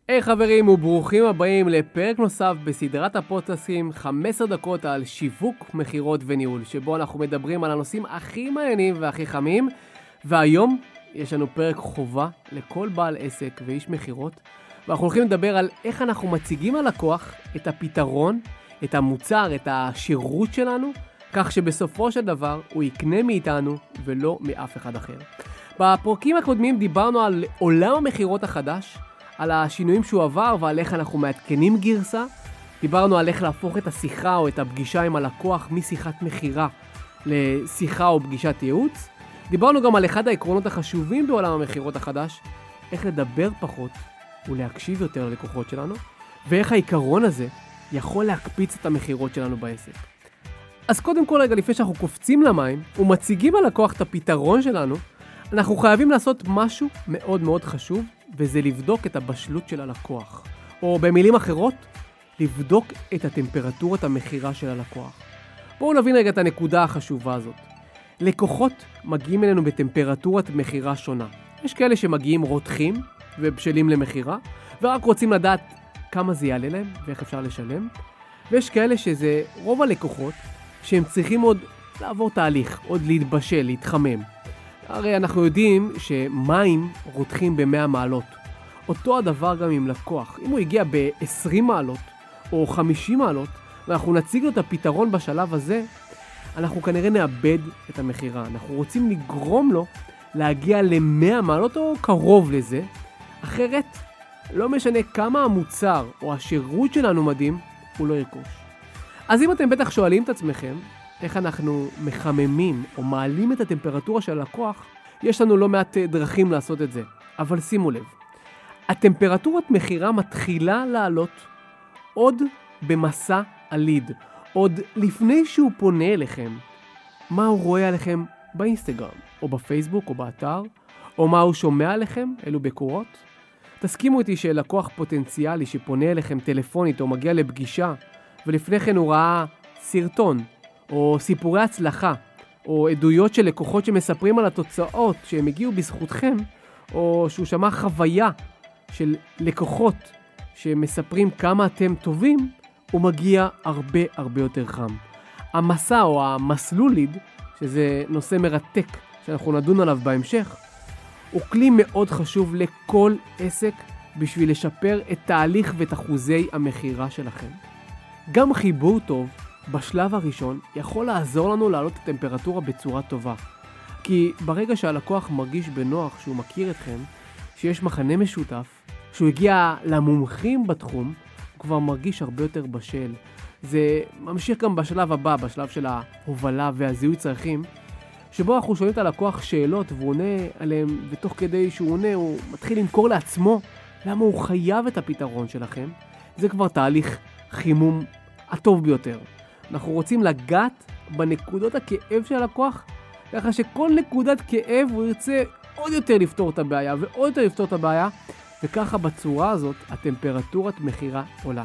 היי חברים וברוכים הבאים לפרק נוסף בסדרת הפודקאסטים 15 דקות על שיווק, מחירות וניהול, שבו אנחנו מדברים על הנושאים הכי מעניינים והכי חמים, והיום יש לנו פרק חובה לכל בעל עסק ואיש מחירות, ואנחנו הולכים לדבר על איך אנחנו מציגים ללקוח את הפתרון, את המוצר, את השירות שלנו, כך שבסופו של דבר הוא יקנה מאיתנו ולא מאף אחד אחר. בפרקים הקודמים דיברנו על עולם המחירות החדש, על השינויים שהוא עבר ועל איך אנחנו מעדכנים גרסה. דיברנו על איך להפוך את השיחה או את הפגישה עם הלקוח משיחת מחירה לשיחה או פגישת ייעוץ. דיברנו גם על אחד העקרונות החשובים בעולם המחירות החדש, איך לדבר פחות ולהקשיב יותר ללקוחות שלנו, ואיך העיקרון הזה יכול להקפיץ את המחירות שלנו בעסק. אז קודם כל רגע לפני שאנחנו קופצים למים ומציגים ללקוח את הפתרון שלנו, אנחנו חייבים לעשות משהו מאוד מאוד חשוב, וזה לבדוק את הבשלות של הלקוח. או במילים אחרות, לבדוק את הטמפרטורת המחירה של הלקוח. בואו נבין רגע את הנקודה החשובה הזאת. לקוחות מגיעים אלינו בטמפרטורת מחירה שונה. יש כאלה שמגיעים רותחים ובשלים למחירה, ורק רוצים לדעת כמה זה יעלה להם ואיך אפשר לשלם. ויש כאלה שזה רוב הלקוחות שהם צריכים עוד לעבור תהליך, עוד להתבשל, להתחמם. הרי אנחנו יודעים שמים רותחים ב-100 מעלות. אותו הדבר גם עם לקוח. אם הוא הגיע ב-20 מעלות או 50 מעלות, ואנחנו נציג לו את הפתרון בשלב הזה, אנחנו כנראה נאבד את המחירה. אנחנו רוצים לגרום לו להגיע ל-100 מעלות או קרוב לזה. אחרת, לא משנה כמה המוצר או השירות שלנו מדהים, הוא לא ירכוש. אז אם אתם בטח שואלים את עצמכם, איך אנחנו מחממים או מעלים את הטמפרטורה של הלקוח, יש לנו לא מעט דרכים לעשות את זה. אבל שימו לב, הטמפרטורת מחירה מתחילה לעלות עוד במסע הליד, עוד לפני שהוא פונה אליכם. מה הוא רואה עליכם באינסטגרם, או בפייסבוק, או באתר, או מה הוא שומע עליכם, אלו ביקורות. תסכימו איתי שלקוח פוטנציאלי שפונה אליכם טלפונית או מגיע לפגישה, ולפני כן הוא ראה סרטון, או סיפורי הצלחה, או עדויות של לקוחות שמספרים על התוצאות שהם הגיעו בזכותכם, או שהוא שמע חוויה של לקוחות שמספרים כמה אתם טובים, הוא מגיע הרבה הרבה יותר חם. המסע או המסלול ליד, שזה נושא מרתק שאנחנו נדון עליו בהמשך, הוא כלי מאוד חשוב לכל עסק בשביל לשפר את תהליך ואת אחוזי המחירה שלכם. גם חיבור טוב בשלב הראשון יכול לעזור לנו להעלות את הטמפרטורה בצורה טובה. כי ברגע שהלקוח מרגיש בנוח שהוא מכיר אתכם, שיש מחנה משותף, שהוא הגיע למומחים בתחום, הוא כבר מרגיש הרבה יותר בשל. זה ממשיך גם בשלב הבא, בשלב של ההובלה והזיהוי צרכים, שבו אנחנו שואלים את הלקוח שאלות והוא עונה עליהם, ותוך כדי שהוא עונה הוא מתחיל למכור לעצמו למה הוא חייב את הפתרון שלכם. זה כבר תהליך חימום הטוב ביותר. אנחנו רוצים לגעת בנקודות הכאב של הלקוח, ככה שכל נקודת כאב הוא ירצה עוד יותר לפתור את הבעיה ועוד יותר לפתור את הבעיה, וככה בצורה הזאת הטמפרטורת מחירה עולה.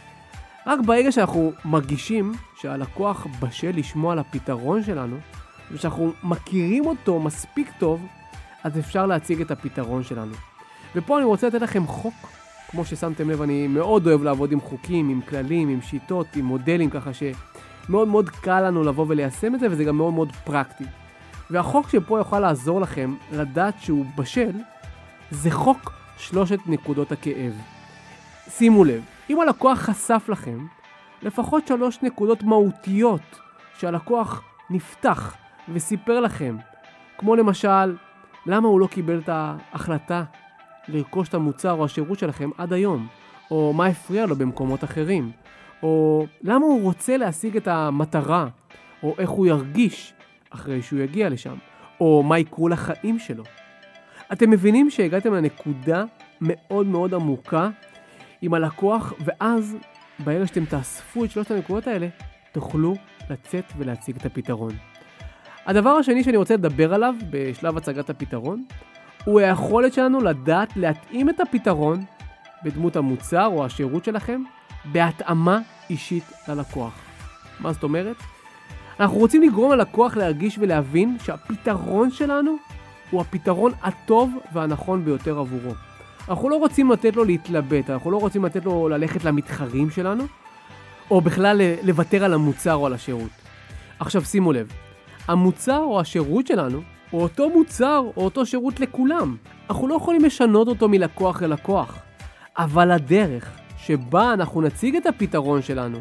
רק ברגע שאנחנו מרגישים שהלקוח בשל לשמוע על הפתרון שלנו, ושאנחנו מכירים אותו מספיק טוב, אז אפשר להציג את הפתרון שלנו. ופה אני רוצה לתת לכם חוק. כמו ששמתם לב, אני מאוד אוהב לעבוד עם חוקים, עם כללים, עם שיטות, עם מודלים, ככה שמאוד מאוד קל לנו לבוא וליישם את זה, וזה גם מאוד מאוד פרקטי. והחוק שפה יוכל לעזור לכם לדעת שהוא בשל, זה חוק 3 נקודות הכאב. שימו לב, אם הלקוח חשף לכם, לפחות 3 נקודות מהותיות שהלקוח נפתח וסיפר לכם, כמו למשל, למה הוא לא קיבל את ההחלטה לרכוש את המוצר או השירות שלכם עד היום, או מה הפריע לו במקומות אחרים, או למה הוא רוצה להשיג את המטרה, או איך הוא ירגיש אחרי שהוא יגיע לשם, או מה יקרו לחיים שלו. אתם מבינים שהגעתם לנקודה מאוד מאוד עמוקה עם הלקוח, ואז ברגע שאתם תאספו את 3 הנקודות האלה, תוכלו לצאת ולהציג את הפתרון. הדבר השני שאני רוצה לדבר עליו בשלב הצגת הפתרון, הוא היכולת שלנו לדעת להתאים את הפתרון בדמות המוצר או השירות שלכם בהתאמה אישית ללקוח. מה זאת אומרת? אנחנו רוצים לגרום ללקוח להרגיש ולהבין שהפתרון שלנו הוא הפתרון הטוב והנכון ביותר עבורו. אנחנו לא רוצים לתת לו להתלבט, אנחנו לא רוצים לתת לו ללכת למתחרים שלנו, או בכלל לוותר על המוצר או על השירות. עכשיו שימו לב, המוצר או השירות שלנו, הוא אותו מוצר או אותו שירות לכולם. אנחנו לא יכולים לשנות אותו מלקוח ללקוח. אבל הדרך שבה אנחנו נציג את הפתרון שלנו,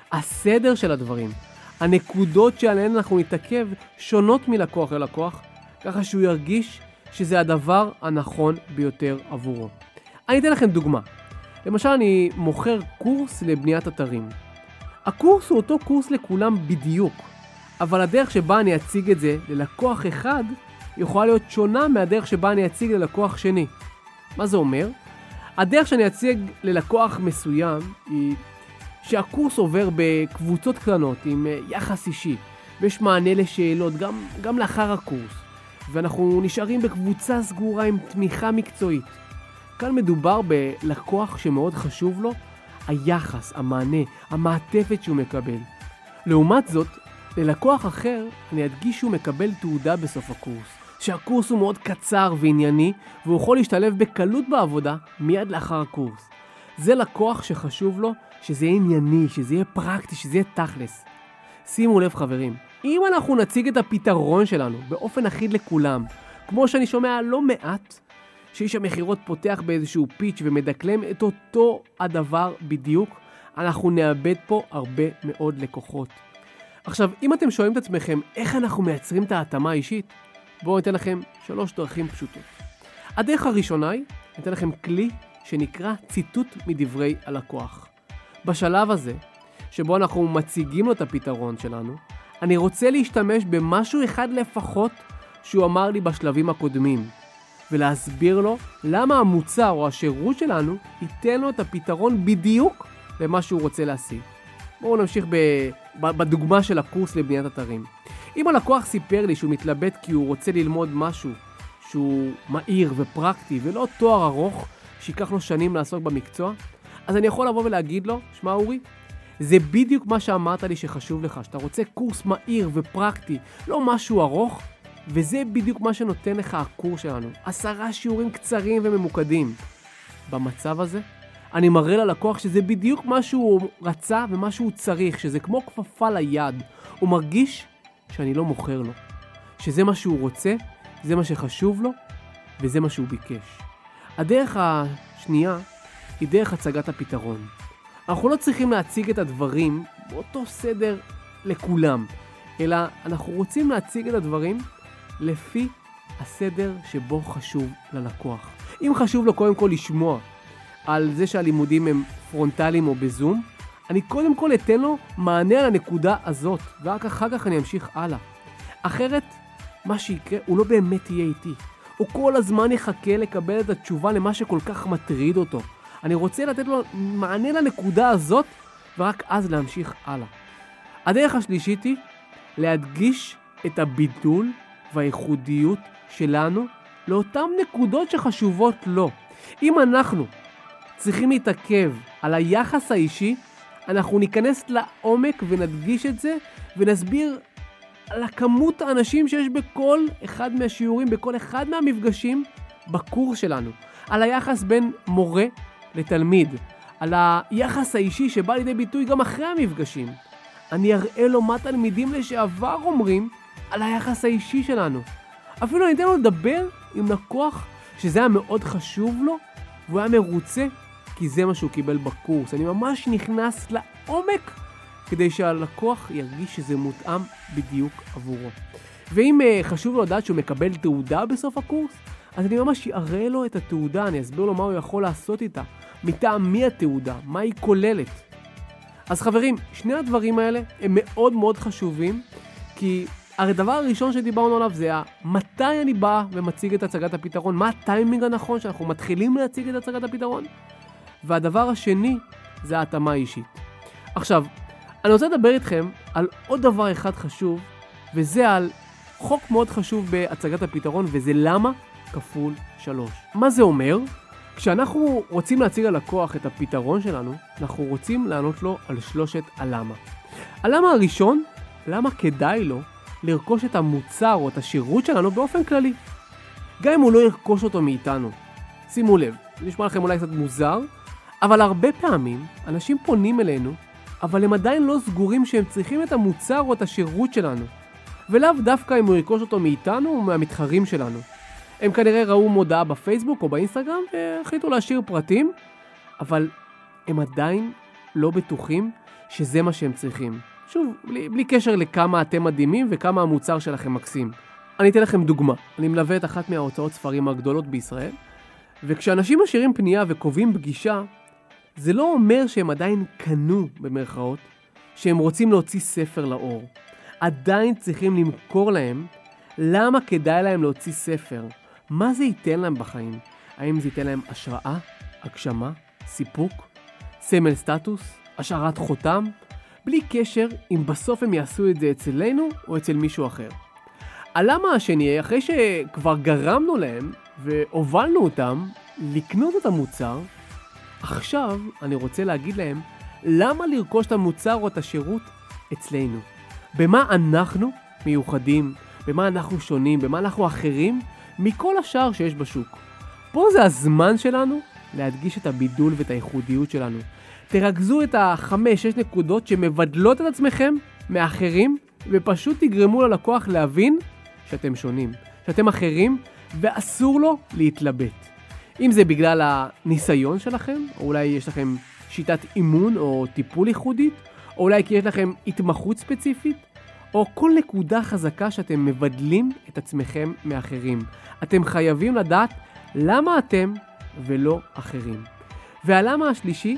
הסדר של הדברים, הנקודות שעליהן אנחנו נתעכב שונות מלקוח ללקוח, ככה שהוא ירגיש שזה הדבר הנכון ביותר עבורו. אני אתן לכם דוגמה. למשל, אני מוכר קורס לבניית אתרים. הקורס הוא אותו קורס לכולם בדיוק, אבל הדרך שבה אני אציג את זה ללקוח אחד יכולה להיות שונה מהדרך שבה אני אציג ללקוח שני. מה זה אומר? הדרך שאני אציג ללקוח מסוים היא שהקורס עובר בקבוצות קטנות עם יחס אישי, ויש מענה לשאלות גם לאחר הקורס, ואנחנו נשארים בקבוצה סגורה עם תמיכה מקצועית. כאן מדובר בלקוח שמאוד חשוב לו היחס, המענה, המעטפת שהוא מקבל. לעומת זאת, ללקוח אחר אני אדגיש שהוא מקבל תעודה בסוף הקורס, שהקורס הוא מאוד קצר וענייני, והוא יכול להשתלב בקלות בעבודה מיד לאחר הקורס. זה לקוח שחשוב לו שזה יהיה ענייני, שזה יהיה פרקטי, שזה יהיה תכלס. שימו לב חברים, אם אנחנו נציג את הפתרון שלנו באופן אחיד לכולם, כמו שאני שומע לא מעט, שאיש המחירות פותח באיזשהו פיץ' ומדקלם את אותו הדבר בדיוק, אנחנו נאבד פה הרבה מאוד לקוחות. עכשיו, אם אתם שואלים את עצמכם איך אנחנו מייצרים את ההתאמה האישית, בואו ניתן לכם 3 דרכים פשוטות. הדרך הראשונה היא, ניתן לכם כלי שנקרא ציטוט מדברי הלקוח. בשלב הזה, שבו אנחנו מציגים לו את הפתרון שלנו, אני רוצה להשתמש במשהו אחד לפחות שהוא אמר לי בשלבים הקודמים, ולהסביר לו למה המוצר או השירות שלנו ייתן לו את הפתרון בדיוק למה שהוא רוצה להשיג. בואו נמשיך בדוגמה של הקורס לבניית אתרים. אם הלקוח סיפר לי שהוא מתלבט כי הוא רוצה ללמוד משהו שהוא מהיר ופרקטי ולא תואר ארוך שיקח לו שנים לעסוק במקצוע, אז אני יכול לבוא ולהגיד לו, שמע אורי, זה בדיוק מה שאמרת לי שחשוב לך, שאתה רוצה קורס מהיר ופרקטי, לא משהו ארוך, וזה בדיוק מה שנותן לך הקורס שלנו, 10 שיעורים קצרים וממוקדים. במצב הזה, אני מראה ללקוח שזה בדיוק מה שהוא רצה ומה שהוא צריך, שזה כמו כפפה ליד. הוא מרגיש שאני לא מוכר לו, שזה מה שהוא רוצה, זה מה שחשוב לו, וזה מה שהוא ביקש. הדרך השנייה היא דרך הצגת הפתרון. אנחנו לא צריכים להציג את הדברים באותו סדר לכולם, אלא אנחנו רוצים להציג את הדברים לפי הסדר שבו חשוב ללקוח. אם חשוב לו קודם כל לשמוע על זה שהלימודים הם פרונטליים או בזום, אני קודם כל אתן לו מענה על הנקודה הזאת, ורק אחר כך אני אמשיך הלאה. אחרת, מה שיקרה, הוא לא באמת יהיה איתי. הוא כל הזמן יחכה לקבל את התשובה למה שכל כך מטריד אותו. אני רוצה לתת לו מענה לנקודה הזאת, ורק אז להמשיך הלאה. הדרך השלישית היא להדגיש את הבידול והייחודיות שלנו לאותן נקודות שחשובות לו. אם אנחנו צריכים להתעכב על היחס האישי, אנחנו ניכנס לעומק ונדגיש את זה, ונסביר על הכמות האנשים שיש בכל אחד מהשיעורים, בכל אחד מהמפגשים בקורס שלנו. על היחס בין מורה לתלמיד, על היחס האישי שבא לידי ביטוי גם אחרי המפגשים. אני אראה לו מה תלמידים לשעבר אומרים על היחס האישי שלנו. אפילו אני אתן לו לדבר עם לקוח שזה היה מאוד חשוב לו, והוא היה מרוצה, כי זה מה שהוא קיבל בקורס. אני ממש נכנס לעומק כדי שהלקוח ירגיש שזה מותאם בדיוק עבורו. ואם חשוב לו לדעת שהוא מקבל תעודה בסוף הקורס, אז אני ממש אראה לו את התעודה, אני אסביר לו מה הוא יכול לעשות איתה, מטעם מי התעודה, מה היא כוללת. אז חברים, שני הדברים האלה הם מאוד מאוד חשובים, כי הרי הדבר הראשון שדיברנו עליו זה מתי אני בא ומציג את הצגת הפתרון, מה הטיימינג הנכון שאנחנו מתחילים להציג את הצגת הפתרון, והדבר השני זה ההתאמה האישית. עכשיו, אני רוצה לדבר איתכם על עוד דבר אחד חשוב, וזה על חוק מאוד חשוב בהצגת הפתרון, וזה למה כפול 3. מה זה אומר? כשאנחנו רוצים להציג ללקוח את הפתרון שלנו, אנחנו רוצים לענות לו על 3 הלמה. הלמה הראשון, למה כדאי לו לרכוש את המוצר או את השירות שלנו באופן כללי. גם אם הוא לא ירכוש אותו מאיתנו. שימו לב, זה נשמע לכם אולי קצת מוזר, אבל הרבה פעמים אנשים פונים אלינו, אבל הם עדיין לא סגורים שהם צריכים את המוצר או את השירות שלנו, ולאו דווקא אם הוא ירכוש אותו מאיתנו או מהמתחרים שלנו. הם כנראה ראו מודעה בפייסבוק או באינסטגרם והחליטו להשאיר פרטים, אבל הם עדיין לא בטוחים שזה מה שהם צריכים. שוב, בלי קשר לכמה אתם מדהימים וכמה המוצר שלכם מקסים. אני אתן לכם דוגמה. אני מלווה את אחת מההוצאות ספרים הגדולות בישראל, וכשאנשים משאירים פנייה וקובעים פגישה, זה לא אומר שהם עדיין קנו במרכאות, שהם רוצים להוציא ספר לאור. עדיין צריכים למכור להם למה כדאי להם להוציא ספר. מה זה ייתן להם בחיים? האם זה ייתן להם השראה, הגשמה, סיפוק, סמל סטטוס, השארת חותם? בלי קשר אם בסוף הם יעשו את זה אצלנו או אצל מישהו אחר. הלמה השני, אחרי שכבר גרמנו להם והובלנו אותם לקנות את המוצר, עכשיו אני רוצה להגיד להם למה לרכוש את המוצר או את השירות אצלנו. במה אנחנו מיוחדים, במה אנחנו שונים, במה אנחנו אחרים מכל השאר שיש בשוק. פה זה הזמן שלנו להדגיש את הבידול ואת הייחודיות שלנו. תרכזו את 5-6 נקודות שמבדלות את עצמכם מאחרים, ופשוט תגרמו ללקוח להבין שאתם שונים, שאתם אחרים, ואסור לו להתלבט. אם זה בגלל הניסיון שלכם, או אולי יש לכם שיטת אימון או טיפול ייחודית, או אולי כי יש לכם התמחות ספציפית, או כל נקודה חזקה שאתם מבדלים את עצמכם מאחרים. אתם חייבים לדעת למה אתם ולא אחרים. והלמה השלישי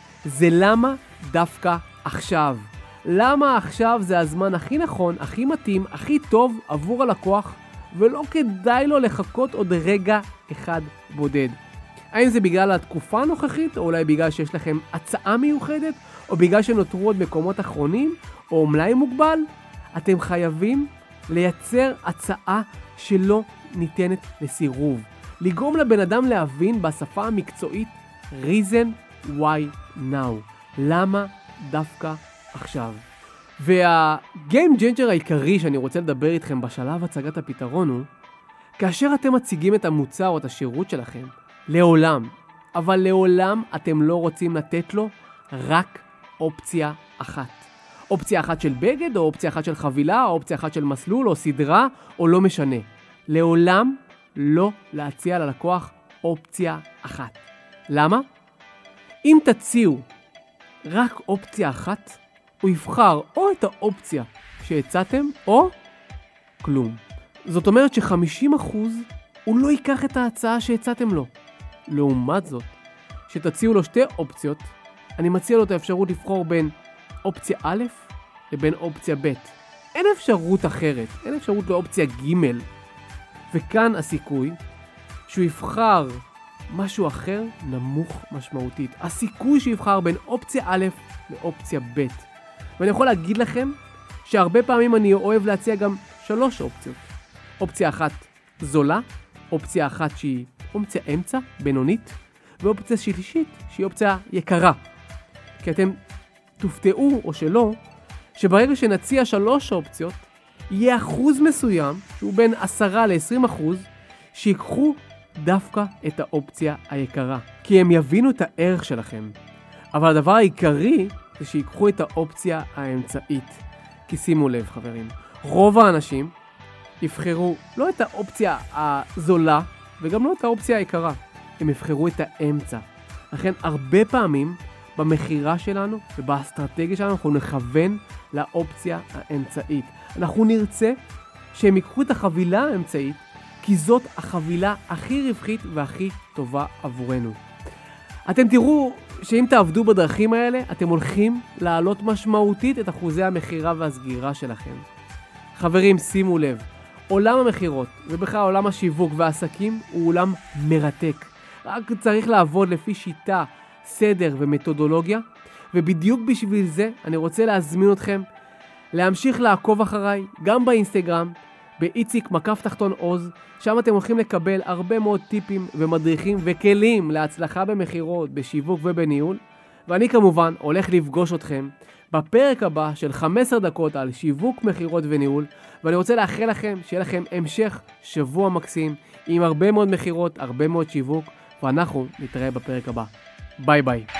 זה למה דווקא עכשיו. למה עכשיו זה הזמן הכי נכון, הכי מתאים, הכי טוב עבור הלקוח, ולא כדאי לו לחכות עוד רגע אחד בודד. האם זה בגלל התקופה הנוכחית, או אולי בגלל שיש לכם הצעה מיוחדת, או בגלל שנותרו עוד מקומות אחרונים, או מלאי מוגבל? אתם חייבים לייצר הצעה שלא ניתנת לסירוב. לגרום לבן אדם להבין בשפה המקצועית reason why now. למה דווקא עכשיו? והגיים ג'נג'ר העיקרי שאני רוצה לדבר איתכם בשלב הצגת הפתרון הוא, כאשר אתם מציגים את המוצר או את השירות שלכם, לעולם, אבל לעולם אתם לא רוצים לתת לו רק אופציה אחת. אופציה אחת של בגד, או אופציה אחת של חבילה, או אופציה אחת של מסלול, או סדרה, או לא משנה. לעולם לא להציע ללקוח אופציה אחת. למה? אם תציעו רק אופציה אחת, הוא יבחר או את האופציה שהצעתם, או כלום. זאת אומרת ש50% הוא לא ייקח את ההצעה שהצעתם לו. לעומת זאת, שתציעו לו שתי אופציות, אני מציע לו את האפשרות לבחור בין אופציה א' לבין אופציה ב'. אין אפשרות אחרת, אין אפשרות לאופציה ג', וכאן הסיכוי שהוא יבחר משהו אחר נמוך משמעותית. הסיכוי שיבחר בין אופציה א' לאופציה ב'. ואני יכול להגיד לכם שהרבה פעמים אני אוהב להציע גם 3 אופציות. אופציה אחת זולה, אופציה אחת שהיא אופציה אמצע, בינונית, ואופציה שלישית שהיא אופציה יקרה. כי אתם תופתעו או שלא, שברגע שנציע 3 אופציות, יהיה אחוז מסוים, שהוא בין 10-20%, שיקחו דווקא את האופציה היקרה. כי הם יבינו את הערך שלכם. אבל הדבר העיקרי זה שיקחו את האופציה האמצעית. כי שימו לב חברים, רוב האנשים יבחרו לא את האופציה הזולה, וגם לא את האופציה היקרה. הם יבחרו את האמצע. לכן הרבה פעמים במחירה שלנו ובאסטרטגיה שלנו אנחנו נכוון לאופציה האמצעית. אנחנו נרצה שהם ייקחו את החבילה האמצעית, כי זאת החבילה הכי רווחית והכי טובה עבורנו. אתם תראו שאם תעבדו בדרכים האלה, אתם הולכים לעלות משמעותית את אחוזי המחירה והסגירה שלכם. חברים, שימו לב, עולם המחירות ובכלל עולם השיווק והעסקים הוא עולם מרתק. רק צריך לעבוד לפי שיטה, סדר ומתודולוגיה, ובדיוק בשביל זה אני רוצה להזמין אתכם להמשיך לעקוב אחריי, גם באינסטגרם, באיציק_עוז, שם אתם הולכים לקבל הרבה מאוד טיפים ומדריכים וכלים להצלחה במחירות, בשיווק ובניהול, ואני כמובן הולך לפגוש אתכם בפרק הבא של 15 דקות על שיווק, מחירות וניהול, ואני רוצה לאחל לכם שיהיה לכם המשך שבוע מקסים, עם הרבה מאוד מחירות, הרבה מאוד שיווק, ואנחנו נתראה בפרק הבא. ביי ביי.